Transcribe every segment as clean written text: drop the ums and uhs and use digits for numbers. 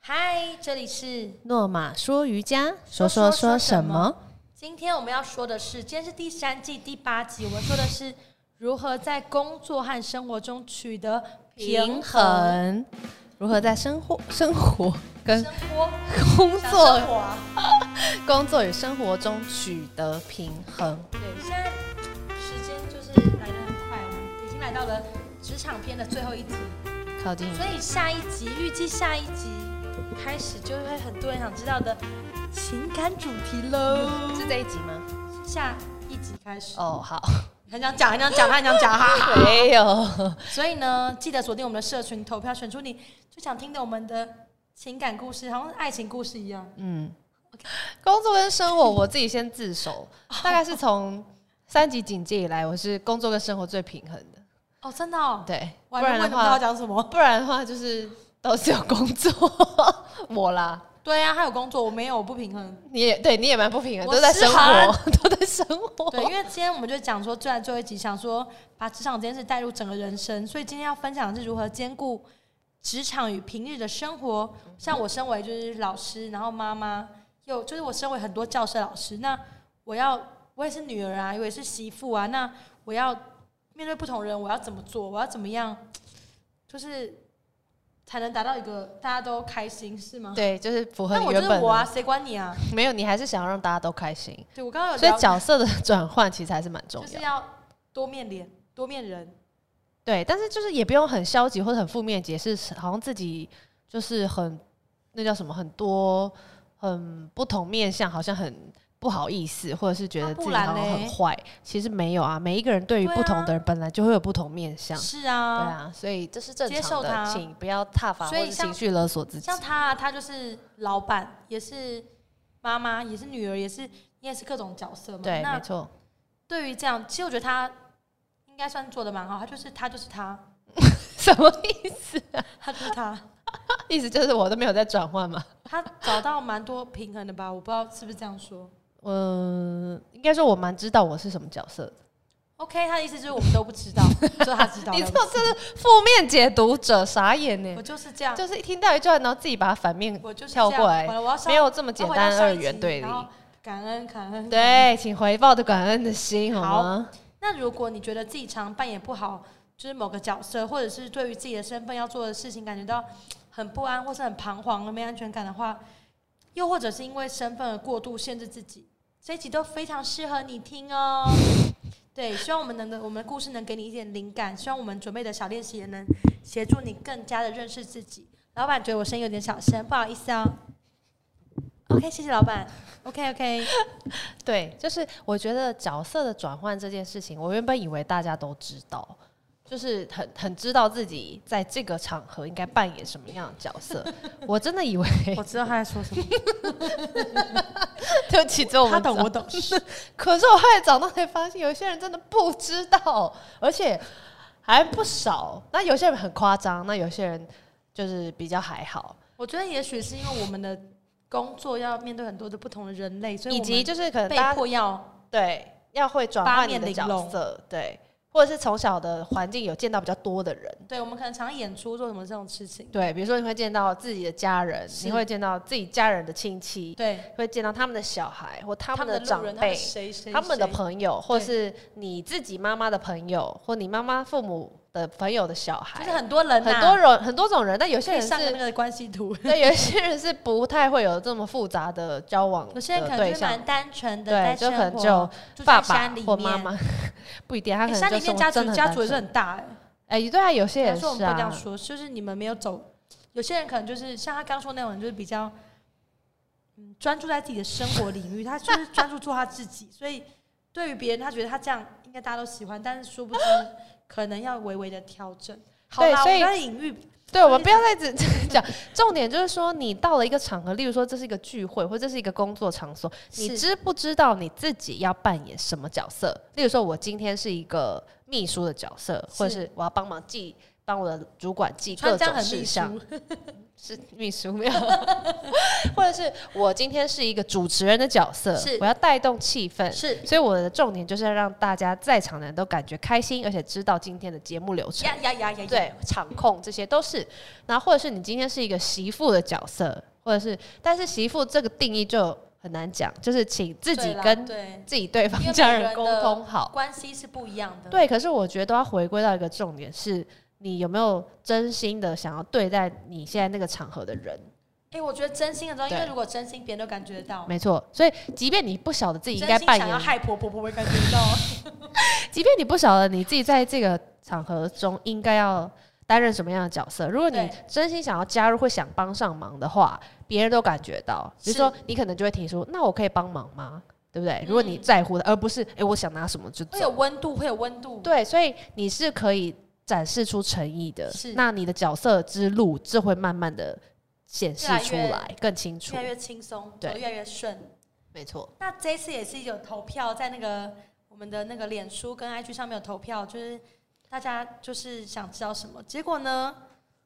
嗨，这里是诺玛说瑜伽，说什么？ 今天我们要说的是，今天是第3季第8集，我们说的是如何在工作和生活中取得平衡， 如何在生活跟工作与生活中取得平衡。 对，现在时间就是来得很快，我们已经来到了职场篇的最后一集， 靠近， 所以预计下一集开始就会很多人想知道的情感主题喽。 是这一集吗？ 下一集开始哦，好， 很想讲哈， 没有。 所以呢，记得锁定我们的社群投票，选出你最想听的我们的情感故事，好像是爱情故事一样。 工作跟生活，我自己先自首，大概是从3级警戒以来，我是工作跟生活最平衡的。 哦，真的哦？ 对， 不然的话要讲什么？ 不然的话就是都是有工作，我啦。 对啊，还有工作，我没有，我不平衡。 你也蛮不平衡，都在生活，都在生活。 对，因为今天我们就讲说，最后一集想说把职场这件事带入整个人生，所以今天要分享的是如何兼顾职场与平日的生活。像我身为就是老师，然后妈妈，就是我身为很多教室老师，那我也是女儿啊，我也是媳妇啊，那我要面对不同人，我要怎么做？我要怎么样？就是才能达到一个大家都开心，是吗？ 对，就是符合你原本的。那我就是我啊，谁管你啊？ 没有，你还是想要让大家都开心。 对，我刚刚有， 所以角色的转换其实还是蛮重要的， 就是要多面人。 对，但是就是也不用很消极或者很负面解释，好像自己就是那叫什么，很多很不同面向，好像很不好意思，或者是觉得自己好像很坏。其实没有啊，每一个人对于不同的人本来就会有不同面向。 是啊， 对啊，所以这是正常的， 接受他， 请不要挞伐或者情绪勒索自己。 像他就是老板，也是妈妈，也是女儿，你也是各种角色嘛。 对，没错。 对于这样，其实我觉得他应该算做的蛮好。他就是他， 什么意思啊？ 他就是他， 意思就是我都没有在转换嘛。他找到蛮多平衡的吧？我不知道是不是这样说。 应该说我蛮知道我是什么角色的。 OK， 他的意思就是我们都不知道，只有他知道。 你这是负面解读者，傻眼呢！ 我就是这样， 就是一听到一句话，然后自己把它反面跳过来，没有这么简单二元对立。 感恩， 对，请回报的感恩的心，好吗？ 那如果你觉得自己常扮演不好，就是某个角色，或者是对于自己的身份要做的事情感觉到很不安，或是很彷徨、没安全感的话，又或者是因为身份而过度限制自己，这一集都非常适合你听哦。对，希望我们的故事能给你一点灵感，希望我们准备的小练习也能协助你更加的认识自己。老板觉得我声音有点小声，不好意思哦。OK， 谢谢老板。OK， 对，就是我觉得角色的转换这件事情，我原本以为大家都知道，就是很知道自己在这个场合应该扮演什么样的角色。我真的以为我知道他在说什么。 对不起，只有他懂，我懂。 可是我后来长大才发现，有些人真的不知道，而且还不少。那有些人很夸张，那有些人就是比较还好。 我觉得也许是因为我们的工作要面对很多的不同的人类，所以以及就是可能被迫要会转换你的角色，对。或者是从小的环境有见到比较多的人， 对，我们可能常演出做什么这种事情， 对，比如说你会见到自己的家人，你会见到自己家人的亲戚， 对， 会见到他们的小孩或他们的长辈， 他们的朋友，或是你自己妈妈的朋友，或你妈妈父母的朋友的小孩， 就是很多人、 很多种人，但有些人是上那个关系图， 对，有些人是不太会有这么复杂的交往的对象， 有些人可能就蛮单纯的， 对，就可能就爸爸或妈妈，不一定，他可能山里面家族也是很大对啊，有些人是我们不这样说，就是你们没有走，有些人可能就是像他刚说那种人，就是比较专注在自己的生活领域，他就是专注做他自己，所以对于别人，他觉得他这样应该大家都喜欢，但是殊不知可能要微微的调整。好啦，所以隐喻。 对，我们不要再讲。重点就是说，你到了一个场合，例如说这是一个聚会，或者这是一个工作场所，你知不知道你自己要扮演什么角色？例如说，我今天是一个秘书的角色，或者是我要帮忙帮我的主管记各种事项，是秘书没有，或者是我今天是一个主持人的角色，我要带动气氛，所以我的重点就是要让大家在场的人都感觉开心，而且知道今天的节目流程，对，场控这些都是。然后或者是你今天是一个媳妇的角色，或者是，但是媳妇这个定义就很难讲，就是请自己跟自己对方家人沟通好， 关系是不一样的。 对，可是我觉得都要回归到一个重点是。你有没有真心的想要对待你现在那个场合的人？ 我觉得真心的时候，因为如果真心，别人都感觉得到。 没错，所以即便你不晓得自己应该扮演， 想要害婆婆，婆婆会感觉到。 即便你不晓得你自己在这个场合中应该要担任什么样的角色，如果你真心想要加入或想帮上忙的话，别人都感觉到。比如说，你可能就会提出：“那我可以帮忙吗？”对不对？如果你在乎的，而不是我想拿什么就走。 会有温度，会有温度。 对，所以你是可以展示出诚意的，那你的角色之路就会慢慢的显示出来，更清楚， 越来越轻松，对，越来越顺。 没错。 那这一次也是有投票，在那个我们的那个脸书跟 IG 上面有投票，就是大家就是想知道什么，结果呢，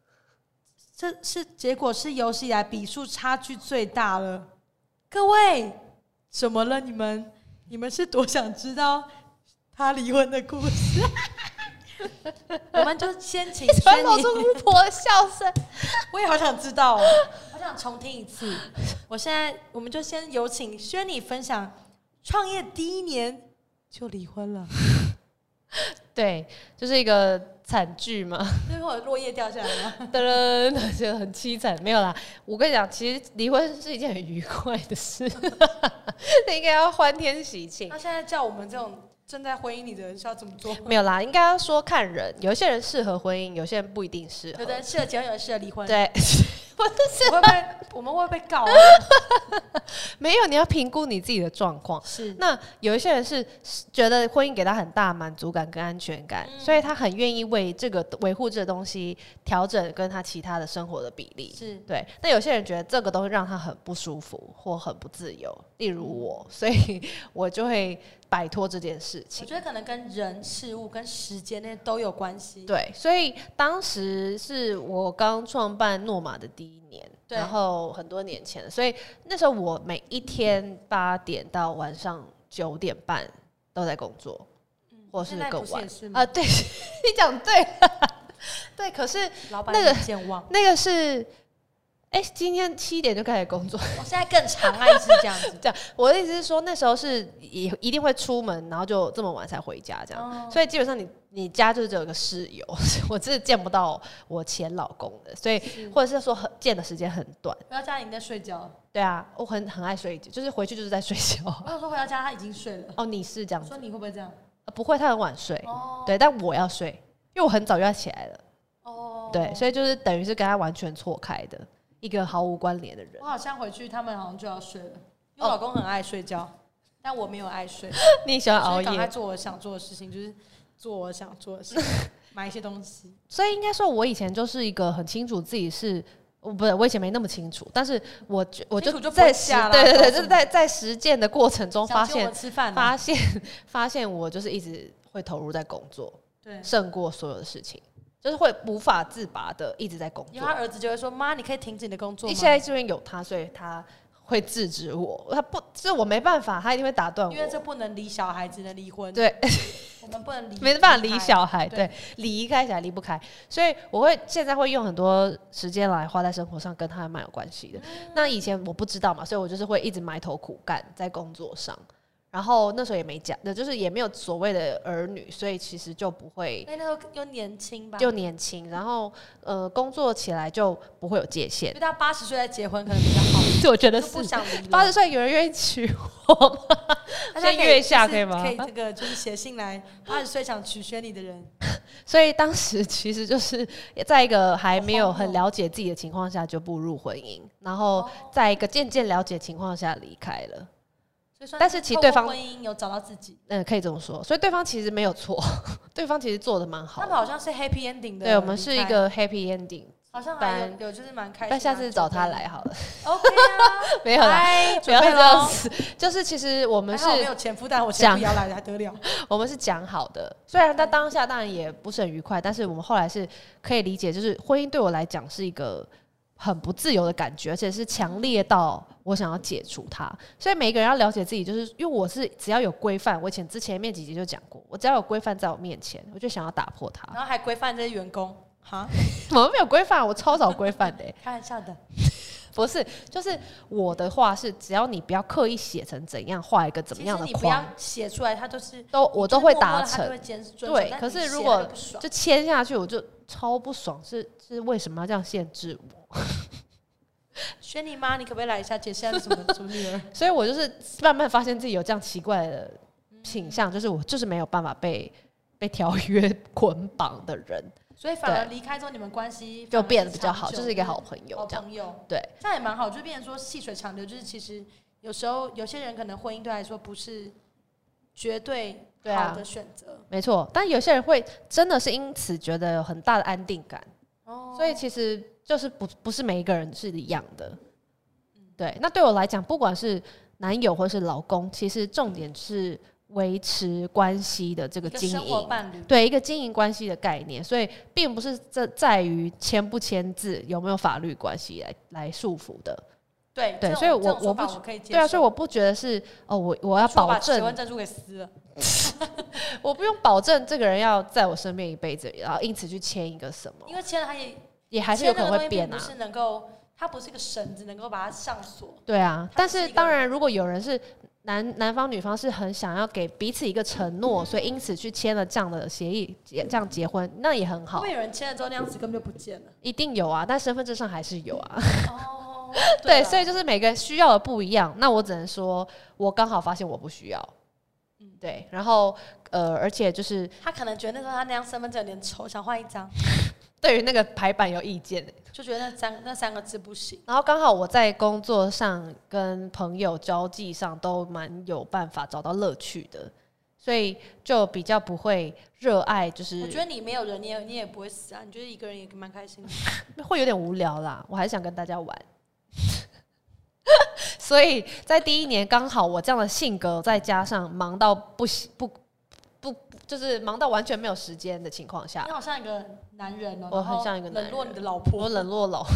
结果是有史以来比数差距最大了。各位，怎么了？你们是多想知道他离婚的故事？我们就先请轩尼露出巫婆的笑声， 我也好想知道好想重听一次。我们就先有请轩尼分享创业第1年就离婚了。 对，就是一个惨剧嘛。 就是会有落叶掉下来吗？ 噔噔，就很凄惨。没有啦，我跟你讲，其实离婚是一件很愉快的事，应该要欢天喜庆。 他现在叫我们这种正在婚姻里的人是要怎么做？ 没有啦，应该要说看人，有一些人适合婚姻，有些人不一定适合。 有的人适合结婚，有人适合离婚。 对， 我们会不会被告啊？ 没有，你要评估你自己的状况。 是， 那有一些人是觉得婚姻给他很大满足感跟安全感，所以他很愿意为这个维护这个东西调整跟他其他的生活的比例。 是对。那有些人觉得这个东西让他很不舒服或很不自由，例如我，所以我就会摆脱这件事情。 我觉得可能跟人、事物、跟时间那些都有关系。 对，所以当时是我刚创办诺玛的第1年，然后很多年前，所以那时候我每一天8点到晚上9点半都在工作，或是更晚啊。对，你讲对了，对。可是老板很健忘， 那个是。今天7点就开始工作， 我现在更长啊，一直这样子。 这样，我的意思是说，那时候是也一定会出门，然后就这么晚才回家，这样。所以基本上你家就是只有一个室友，我真的见不到我前老公的，所以或者是说见的时间很短。 回到家你在睡觉？ 对啊，我很爱睡，就是回去就是在睡觉。 我有说回到家他已经睡了。 哦，你是这样子？ 说你会不会这样？ 不会，他很晚睡。对，但我要睡，因为我很早就要起来了。对，所以就是等于是跟他完全错开的。一个毫无关联的人， 我好像回去他们好像就要睡了，因为我老公很爱睡觉，但我没有爱睡。 你喜欢熬夜， 赶快做我想做的事情，就是做我想做的事情，买一些东西。 所以应该说，我以前就是一个很清楚自己是，我以前没那么清楚，但是我就在对，就是在实践的过程中发现我就是一直会投入在工作，对，胜过所有的事情。就是会无法自拔的一直在工作。 因为他儿子就会说：“妈，你可以停止你的工作吗？” 现在这边有他，所以他会制止我。他不，就是我没办法，他一定会打断我。 因为这不能离小孩，只能离婚。 对， 我们不能离， 没办法离小孩，对，离开起来离不开。所以我现在会用很多时间来花在生活上，跟他蛮有关系的。那以前我不知道嘛，所以我就是会一直埋头苦干在工作上。然后那时候也没讲，就是也没有所谓的儿女，所以其实就不会。 那时候又年轻吧， 就年轻，然后工作起来就不会有界限。 因为他80岁再结婚可能比较好， 对，我觉得是。 不想离 80岁有人愿意娶我吗？先约一下可以吗？ 可以，这个就是写信来，80岁想娶轩尼的人。 所以当时其实就是在一个还没有很了解自己的情况下就步入婚姻，然后在一个渐渐了解的情况下离开了。但是其实对方婚姻有找到自己， 可以这么说，所以对方其实没有错，对方其实做的蛮好的。 他们好像是 happy ending 的， 对，我们是一个 happy ending， 好像还有就是蛮开心的。 那下次找他来好了。 OK 啊， 没有啦，不要这样子。就是其实我们是没有前夫，但我前夫也要来还得了。 我们是讲好的，虽然在当下当然也不是很愉快，但是我们后来是可以理解，就是婚姻对我来讲是一个很不自由的感觉，而且是强烈到我想要解除它。所以每一个人要了解自己，就是因为我是只要有规范，我之前面几集就讲过，我只要有规范在我面前，我就想要打破它， 然后还规范这些员工。哈， 我们没有规范，我超少规范的开玩笑的， 不是，就是我的话是，只要你不要刻意写成怎样，画一个怎么样的框， 你不要写出来，它我都会达成。 对， 可是如果就签下去，我就超不爽，是为什么要这样限制我？ 轩尼妈，你可不可以来一下解释一下什么女儿？ 所以我就是慢慢发现自己有这样奇怪的倾向，就是我就是没有办法被条约捆绑的人。所以反而离开之后，你们关系就变得比较好，就是一个好朋友这样。对， 这样也蛮好，就变成说细水长流。就是其实有时候有些人可能婚姻对来说不是绝对好的选择， 没错。但有些人会真的是因此觉得有很大的安定感。所以其实就是不是每一个人是一样的。对，那对我来讲，不管是男友或是老公，其实重点是维持关系的这个经营，对一个经营关系的概念，所以并不是在于签不签字有没有法律关系来束缚的。 对， 所以我不对啊，所以我不觉得是我要保证结婚证书给撕了， 我不用保证这个人要在我身边一辈子，然后因此去签一个什么， 因为签了他也还是有可能会变啊， 不是能够，它不是一个绳子能够把它上锁。 对啊，但是当然，如果有人是男方女方是很想要给彼此一个承诺，所以因此去签了这样的协议，这样结婚，那也很好。 会有人签了之后那样子根本就不见了？ 一定有啊，但身份证上还是有啊。哦，对，所以就是每个人需要的不一样。那我只能说，我刚好发现我不需要。对，然后而且就是他可能觉得那时候他那张身份证有点丑，想换一张。 对于那个排版有意见， 就觉得那三个字不行。 然后刚好我在工作上跟朋友交际上都蛮有办法找到乐趣的，所以就比较不会热爱。就是我觉得你没有人，你也不会死啊。你觉得一个人也蛮开心的， 会有点无聊啦。我还是想跟大家玩。所以在第一年刚好我这样的性格，再加上忙到不就是忙到完全没有时间的情况下， 你好像一个男人哦， 我很像一个男人， 冷落你的老婆， 我冷落老婆，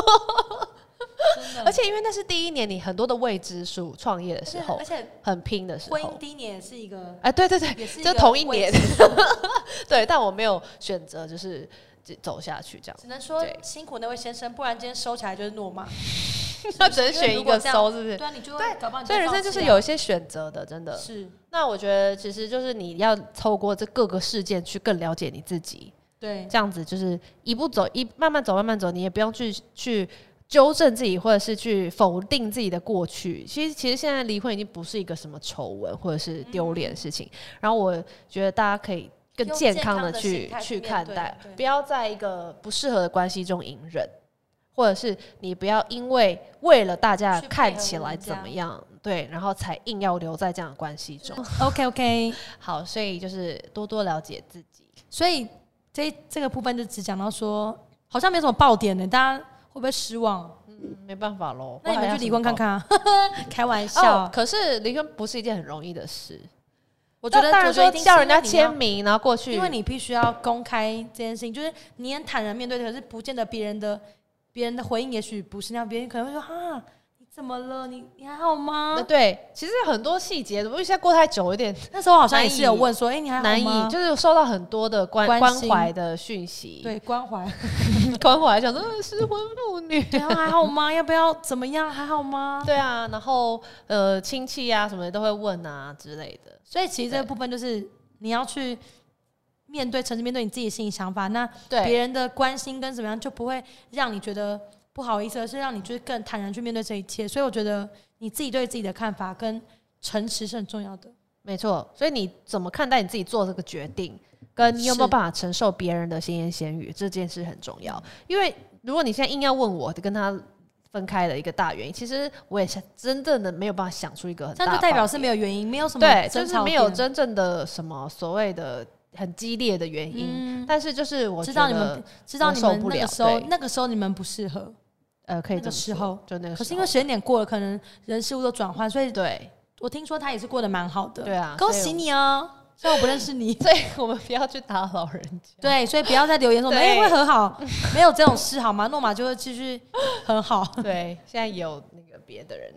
而且因为那是第一年，你很多的未知数，创业的时候， 而且很拼的时候， 婚姻第一年也是一个， 对，就同一年，对，但我没有选择就是走下去这样， 只能说辛苦那位先生，不然今天收起来就是诺骂。 他只能选一个收，是不是？ 对啊，你就会搞不好。 所以人生就是有一些选择的，真的是。 那我觉得其实就是你要透过这各个事件去更了解你自己， 对， 这样子就是慢慢走，你也不用去纠正自己，或者是去否定自己的过去。其实现在离婚已经不是一个什么丑闻或者是丢脸的事情。然后我觉得大家可以更健康的去看待，不要在一个不适合的关系中隐忍。或者是你不要因为了大家看起来怎么样，对，然后才硬要留在这样的关系中。 OK， 好，所以就是多多了解自己。 所以这个部分就只讲到说，好像没什么爆点呢，大家会不会失望？ 没办法咯， 那你们去离婚看看啊！开玩笑， 可是离婚不是一件很容易的事。 我觉得当然说叫人家签名，然后过去， 因为你必须要公开这件事情，就是你很坦然面对，可是不见得别人的回应也许不是那样，别人可能会说啊，你怎么了？你还好吗？ 对，其实很多细节，因为现在过太久，有点那时候好像也是有问说，你还好吗？ 难以，就是收到很多的关怀的讯息， 对，关怀， 想说失婚妇女， 然后还好吗？要不要怎么样？还好吗？ 对啊，然后亲戚啊什么的都会问啊之类的， 所以其实这个部分就是你要去。诚实面对你自己的心理想法，那别人的关心跟怎么样就不会让你觉得不好意思，而是让你就是更坦然去面对这一切。所以我觉得你自己对自己的看法跟诚实是很重要的。 没错，所以你怎么看待你自己做这个决定，跟你有没有办法承受别人的闲言闲语，这件事很重要。因为如果你现在硬要问我跟他分开的一个大原因，其实我也真正的没有办法想出一个很大的， 这样就代表是没有原因，没有什么对，就是没有真正的什么所谓的很激烈的原因，但是就是我知道你们那个时候你们不适合， 可以这么说，就那个时候。 可是因为时间点过了，可能人事物都转换，所以对我听说他也是过得蛮好的。 对啊， 恭喜你哦！虽然我不认识你， 所以我们不要去打扰人家。对， 所以不要再留言说会和好，没有这种事好吗？诺玛就会继续很好。 对，现在有那个别的人。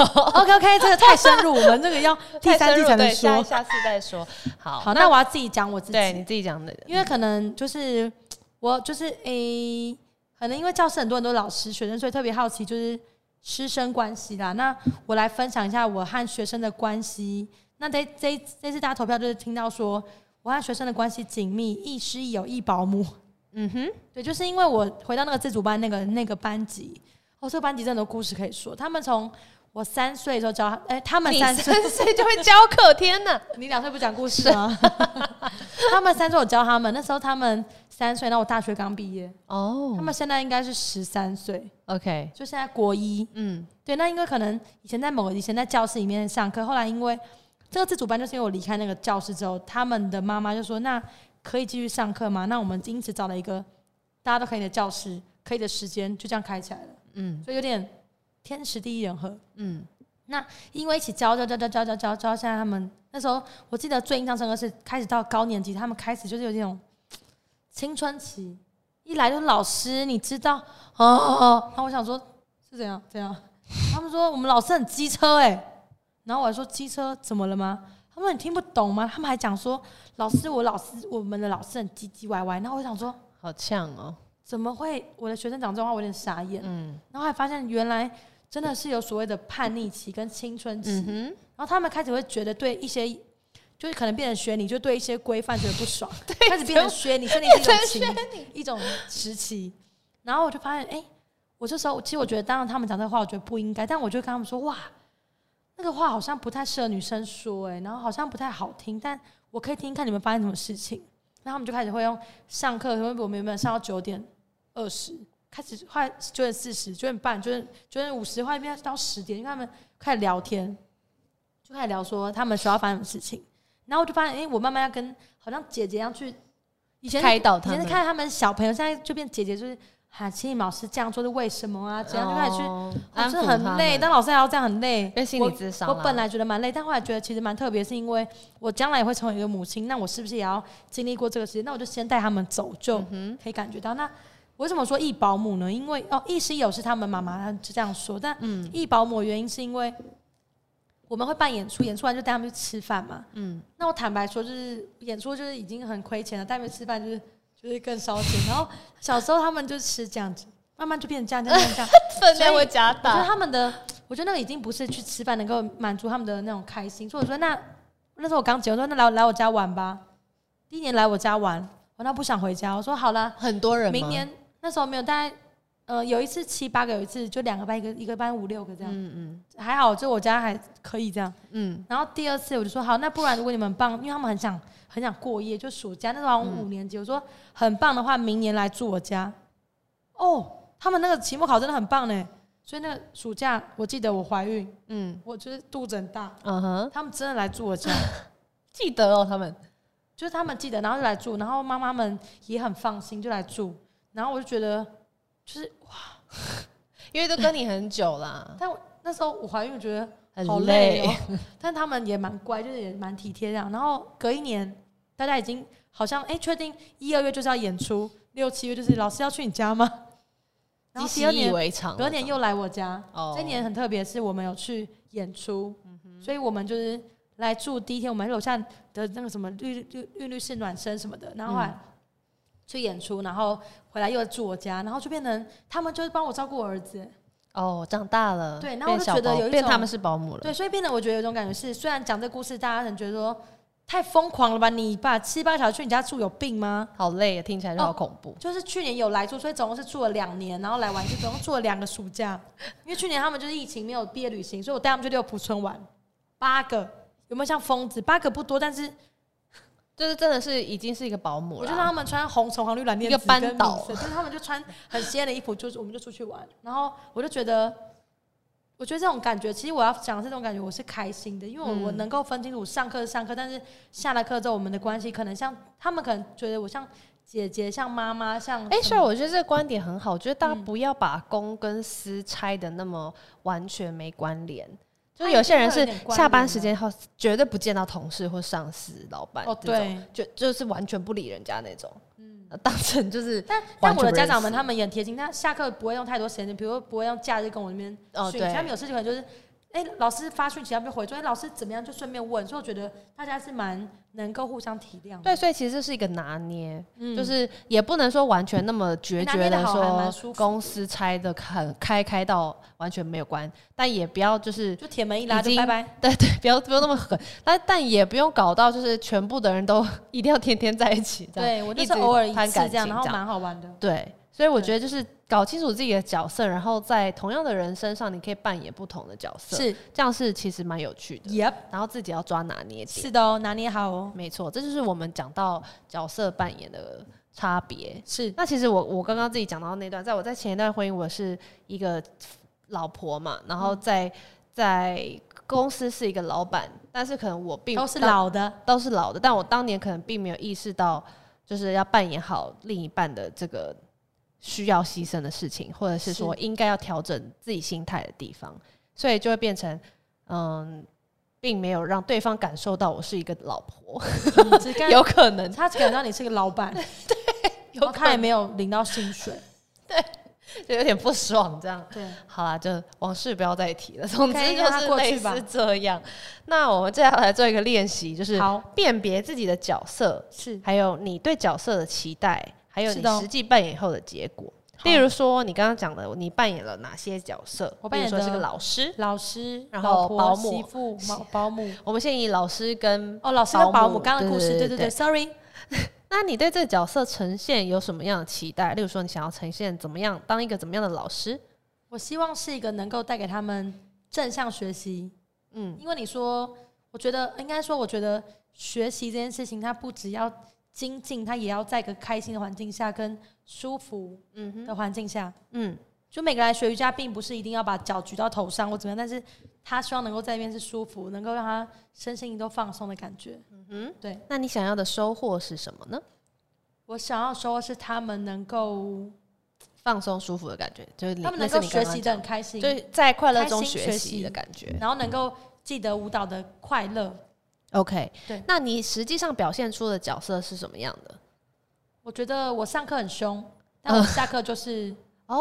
OK， 这个太深入，我们这个要第三季才能说， 下次再说。好， 那我要自己讲我自己。 对，你自己讲的， 因为可能就是我就是可能因为教室很多人都是老师学生，所以特别好奇就是师生关系啦。那我来分享一下我和学生的关系。那这次大家投票就是听到说我和学生的关系紧密，亦师亦友亦保姆。对，就是因为我回到那个自主班那个班级，这个班级真的有故事可以说。他们从我3岁的时候教他们3 岁就会教课，天哪！ 你2岁不讲故事吗？他们3岁我教他们，那时候他们3岁，然后我大学刚毕业他们现在应该是13岁 ，OK， 就现在国1。对，那因为可能以前在教室里面上课，后来因为这个自主班，就是因为我离开那个教室之后，他们的妈妈就说：“那可以继续上课吗？”那我们因此找了一个大家都可以的教室，可以的时间，就这样开起来了。所以有点天时地利人和。那因为一起教，现在他们那时候我记得最印象深刻是开始到高年级，他们开始就是有这种青春期，一来就是老师，你知道然后我想说是怎样？他们说我们老师很机车然后我还说机车怎么了吗？他们你听不懂吗？他们还讲说我们的老师很唧唧歪歪。然后我想说好呛哦， 怎么会我的学生讲这种话？我有点傻眼。然后还发现原来真的是有所谓的叛逆期跟青春期。然后他们开始会觉得对一些就是可能变成学你，就对一些规范觉得不爽，开始变成学你，甚至是一种时期。然后我就发现我这时候其实我觉得当然他们讲这个话我觉得不应该，但我就跟他们说哇那个话好像不太适合女生说然后好像不太好听，但我可以听看你们发生什么事情。然后他们就开始会用上课，因为我们原本上到9点20，开始后来9点40、9点半、9点50，后来变到10点，因为他们开始聊天，就开始聊说他们学校发生什么事情。然后我就发现我慢慢要跟好像姐姐一样去，以前开导他们， 以前是看他们小朋友，现在就变姐姐，就是请你老师这样做是为什么啊？怎样就开始去安抚很累，当老师还要这样很累， 跟心理咨商。 我本来觉得蛮累，但后来觉得其实蛮特别，是因为我将来也会成为一个母亲，那我是不是也要经历过这个时间？那我就先带他们走，就可以感觉到。那为什么说义保姆呢？因为义师友是他们妈妈，他就这样说。但义保姆的原因是因为我们会办演出，演出完就带他们去吃饭嘛。那我坦白说，就是演出就是已经很亏钱了，带他们吃饭就是更烧钱。然后小时候他们就吃这样子，慢慢就变成这样， 分量会加大。 我觉得他们的，我觉得那个已经不是去吃饭能够满足他们的那种开心。所以我说那时候我刚结婚，我说那来我家玩吧。第一年来我家玩，我那不想回家，我说好了， 很多人吗？ 明年那时候没有，大概有一次7、8个，有一次就2个班，一个班5、6个这样。还好，就我家还可以这样。然后第2次我就说好，那不然如果你们棒，因为他们很想过夜，就暑假那时候好像5年级，我说很棒的话，明年来住我家。他们那个期末考真的很棒呢，所以那个暑假我记得我怀孕，我就是肚子很大，他们真的来住我家， 记得他们就是他们记得，然后就来住，然后妈妈们也很放心就来住，然后我就觉得就是哇， 因为都跟你很久啦。 但那时候我怀孕，我觉得好累但他们也蛮乖，就是也蛮体贴这样。然后隔一年，大家已经好像确定1、2月就是要演出，6、7月就是老师要去你家吗？然后第2年隔年又来我家。这年很特别，是我们有去演出，所以我们就是来住。第一天我们在楼下的那个什么韵律室暖身什么的，然后后来去演出，然后回来又住我家，然后就变成他们就是帮我照顾我儿子。 长大了， 对，然后我就觉得有一种变他们是保姆了， 对，所以变得我觉得有一种感觉是，虽然讲这故事，大家可能觉得说太疯狂了吧？你把7、8个小时去你家住有病吗？ 好累，听起来就好恐怖。 就是去年有来住，所以总共是住了2年，然后来玩就总共住了2个暑假。因为去年他们就是疫情没有毕业旅行，所以我带他们去六福村玩，8个，有没有像疯子？8个不多，但是就是真的是已经是一个保姆了。 我就让他们穿红橙黄绿蓝靛紫，一个班导， 就是他们就穿很鲜的衣服，就是我们就出去玩。然后我就觉得我觉得这种感觉，其实我要讲的这种感觉，我是开心的，因为我能够分清楚上课是上课，但是下了课之后，我们的关系可能像他们可能觉得我像姐姐、像妈妈、像所以我觉得这个观点很好，我觉得大家不要把公跟私拆的那么完全没关联。就是有些人是下班时间后绝对不见到同事或上司、老板这种，就是完全不理人家那种。当成就是， 但我的家长们他们也很贴心，他下课不会用太多时间，比如说不会用假日跟我那边讯息，他们有事情可能就是，老师发讯息他们就回说，老师怎么样就顺便问，所以我觉得大家是蛮能够互相体谅的。 对，所以其实这是一个拿捏，就是也不能说完全那么决绝的说公司拆的开到完全没有关，但也不要就铁门一拉就拜拜。 对，不要那么狠，但也不用搞到就是全部的人都一定要天天在一起这样。 对，我就是偶尔一次这样，然后蛮好玩的。 对，所以我觉得就是搞清楚自己的角色，然后在同样的人身上，你可以扮演不同的角色， 是这样是其实蛮有趣的。 Yep， 然后自己要抓拿捏点。 是的哦，拿捏好哦。 没错，这就是我们讲到角色扮演的差别。 是， 那其实我刚刚自己讲到那段，在我在前一段婚姻，我是一个老婆嘛，然后在公司是一个老板，但是可能我并都是老的， 但我当年可能并没有意识到，就是要扮演好另一半的这个需要牺牲的事情，或者是说应该要调整自己心态的地方，所以就会变成并没有让对方感受到我是一个老婆，有可能他感到你是个老板， 对， 然后他也没有领到薪水， 对。就有点不爽，这样。 对， 好啦，就往事不要再提了。总之就是类似这样。那我们接下来做一个练习，就是辨别自己的角色， 是还有你对角色的期待，还有你实际扮演后的结果。例如说，你刚刚讲的，你扮演了哪些角色？ 我扮演的是个老师， 然后保姆、 媳妇、保姆。 我们先以老师跟老师跟保姆刚刚的故事，对 ，sorry。 那你对这个角色呈现有什么样的期待？例如说，你想要呈现怎么样，当一个怎么样的老师？ 我希望是一个能够带给他们正向学习。因为你说，我觉得学习这件事情，它不只要精进，它也要在一个开心的环境下，跟舒服的环境下。就每个人来学瑜伽，并不是一定要把脚举到头上或怎么样，但是他希望能够在那边是舒服，能够让他身心灵都放松的感觉。对。 那你想要的收获是什么呢？ 我想要收获是他们能够放松、舒服的感觉，就是他们能够学习的很开心， 就是在快乐中学习的感觉， 然后能够记得舞蹈的快乐。 OK， 对。 那你实际上表现出的角色是什么样的？ 我觉得我上课很凶，但我下课就是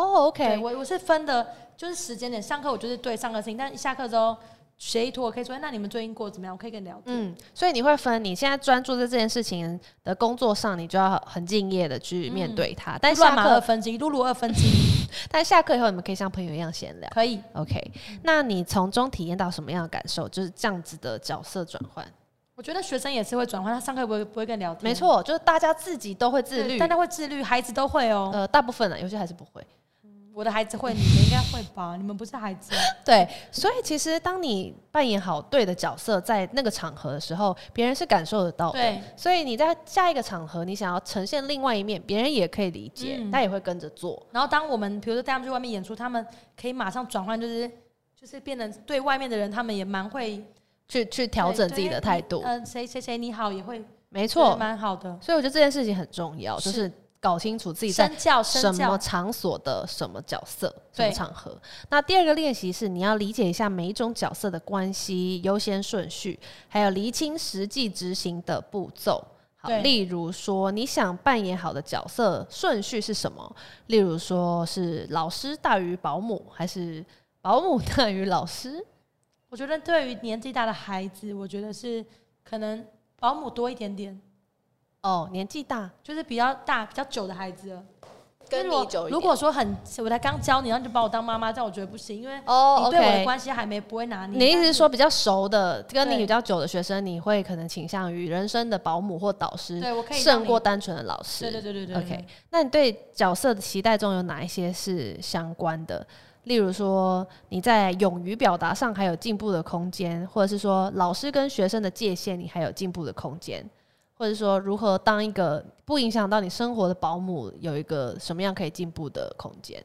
OK， 我是分的，就是时间点。上课我就是对上课事情，但下课之后学一拖，我可以说，那你们最近过得怎么样？我可以跟你聊天。 所以你会分，你现在专注在这件事情的工作上，你就要很敬业的去面对它。但乱码2分之一，露露2分之一。 但下课以后，你们可以像朋友一样闲聊。 可以 ，OK。那你从中体验到什么样的感受？就是这样子的角色转换。 我觉得学生也是会转换，他上课不会跟你聊天。 没错，就是大家自己都会自律， 大家会自律，孩子都会哦。 大部分有些还是不会。 我的孩子会，你们应该会吧？你们不是孩子。 对，所以其实当你扮演好对的角色，在那个场合的时候，别人是感受得到的。 对， 所以你在下一个场合，你想要呈现另外一面，别人也可以理解，他也会跟着做。 然后当我们比如说带他们去外面演出，他们可以马上转换，就是变成对外面的人，他们也蛮会去调整自己的态度。 谁你好也会， 没错， 蛮好的。 所以我觉得这件事情很重要，就是搞清楚自己在什么场所的什么角色、什么场合。那第二个练习是，你要理解一下每一种角色的关系、优先顺序，还有厘清实际执行的步骤。好，例如说，你想扮演好的角色顺序是什么？例如说是老师大于保姆，还是保姆大于老师？ 我觉得对于年纪大的孩子，我觉得是可能保姆多一点点。 年纪大就是比较大、比较久的孩子了。 跟你久一点。 如果说我才刚教你，然后你就把我当妈妈，这样我觉得不行，因为你对我的关系还不会拿捏。 你的意思是说，比较熟的、跟你比较久的学生，你会可能倾向于人生的保姆或导师， 对我可以胜过单纯的老师。 对。 OK， 那你对角色的期待中有哪一些是相关的？例如说，你在勇于表达上还有进步的空间，或者是说老师跟学生的界限，你还有进步的空间。或者说如何当一个不影响到你生活的保姆，有一个什么样可以进步的空间？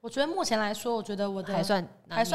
我觉得目前来说，我觉得我的还算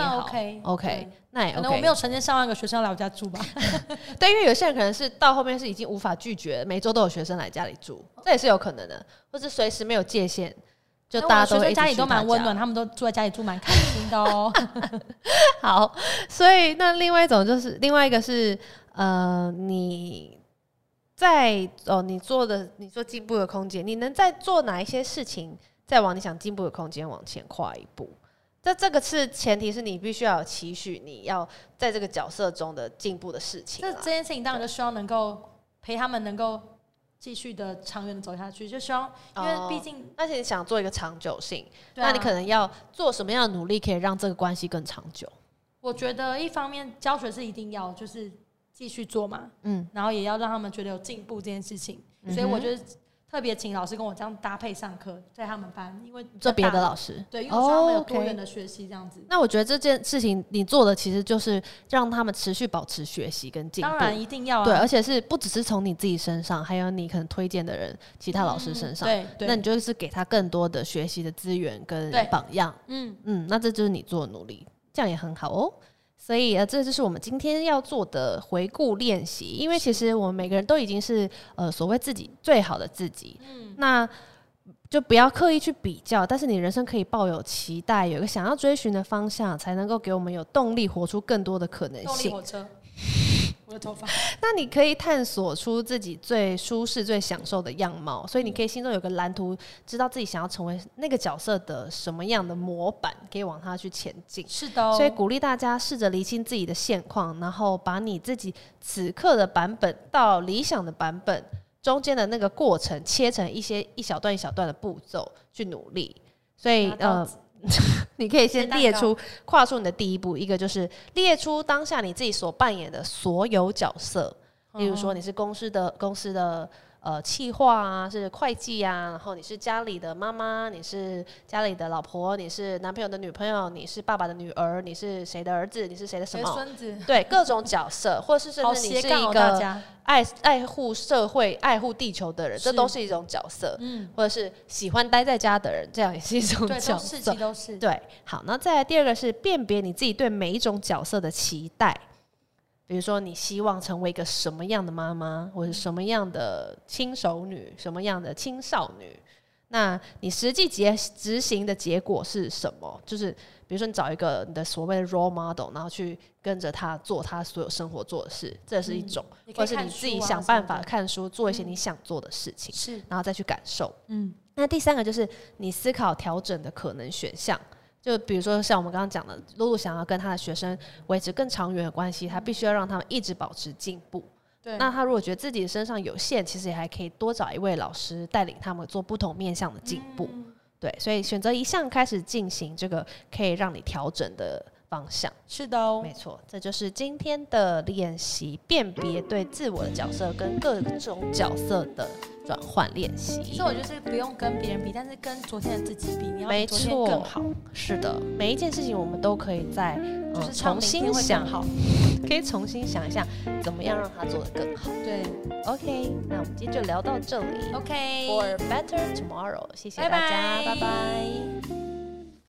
OK， 那也 OK。 可能我没有成千上万个学生来我家住吧。 对，因为有些人可能是到后面是已经无法拒绝，每周都有学生来家里住，这也是有可能的，或是随时没有界限，就大家都会一直去他家。 家里都蛮温暖，他们都住在家里住蛮开心的哦。 好，所以那另外一种就是另外一个是你在你做进步的空间，你能在做哪一些事情，再往你想进步的空间往前跨一步？这个是前提是你必须要有期许，你要在这个角色中的进步的事情。 这件事情当然就希望能够陪他们能够继续的长远的走下去，就希望因为毕竟， 而且你想做一个长久性，那你可能要做什么样的努力可以让这个关系更长久？ 我觉得一方面教学是一定要就是继续做嘛，然后也要让他们觉得有进步这件事情，所以我觉得特别请老师跟我这样搭配上课，在他们班，因为做别的老师， 对，因为我希望他们有多元的学习这样子。 那我觉得这件事情你做的其实就是让他们持续保持学习跟进步， 当然一定要对，而且是不只是从你自己身上，还有你可能推荐的人、其他老师身上， 对， 那你就是给他更多的学习的资源跟榜样，那这就是你做的努力，这样也很好哦。所以这就是我们今天要做的回顾练习。因为其实我们每个人都已经是所谓自己最好的自己，那就不要刻意去比较，但是你人生可以抱有期待，有一个想要追寻的方向，才能够给我们有动力，活出更多的可能性。 动力火车，我的头发。 那你可以探索出自己最舒适、最享受的样貌，所以你可以心中有个蓝图，知道自己想要成为那个角色的什么样的模板，可以往它去前进。 是的， 所以鼓励大家试着厘清自己的现况，然后把你自己此刻的版本到理想的版本中间的那个过程切成一小段一小段的步骤去努力。所以你可以先列出跨出你的第一步，一个就是列出当下你自己所扮演的所有角色，例如说你是公司的企划啊，是会计啊，然后你是家里的妈妈，你是家里的老婆，你是男朋友的女朋友，你是爸爸的女儿，你是谁的儿子，你是谁的什么孙子， 对，各种角色，或是甚至你是一个爱护社会、爱护地球的人，这都是一种角色。或者是喜欢待在家的人，这样也是一种角色。 对，都是。 对，好，那再来第二个是辨别你自己对每一种角色的期待。比如说，你希望成为一个什么样的妈妈，或者什么样的轻熟女，什么样的青少女？那你实际执行的结果是什么？就是比如说，你找一个你的所谓的 role model， 然后去跟着他做他所有生活做的事，这是一种；或是你自己想办法看书，做一些你想做的事情， 是， 然后再去感受。那第三个就是你思考调整的可能选项。就比如说像我们刚刚讲的，露露想要跟他的学生维持更长远的关系，他必须要让他们一直保持进步。 对， 那他如果觉得自己身上有限，其实也还可以多找一位老师带领他们做不同面向的进步。对，所以选择一项开始进行这个可以让你调整的方向。 是的哦， 没错，这就是今天的练习，辨别对自我的角色跟各种角色的转换练习。 其实我就是不用跟别人比，但是跟昨天的自己比，你要比昨天更好。 是的，每一件事情我们都可以再重新想好，可以重新想一下怎么样让它做得更好。 对 ，OK， 那我们今天就聊到这里。 OK， For better tomorrow， 谢谢大家，拜拜。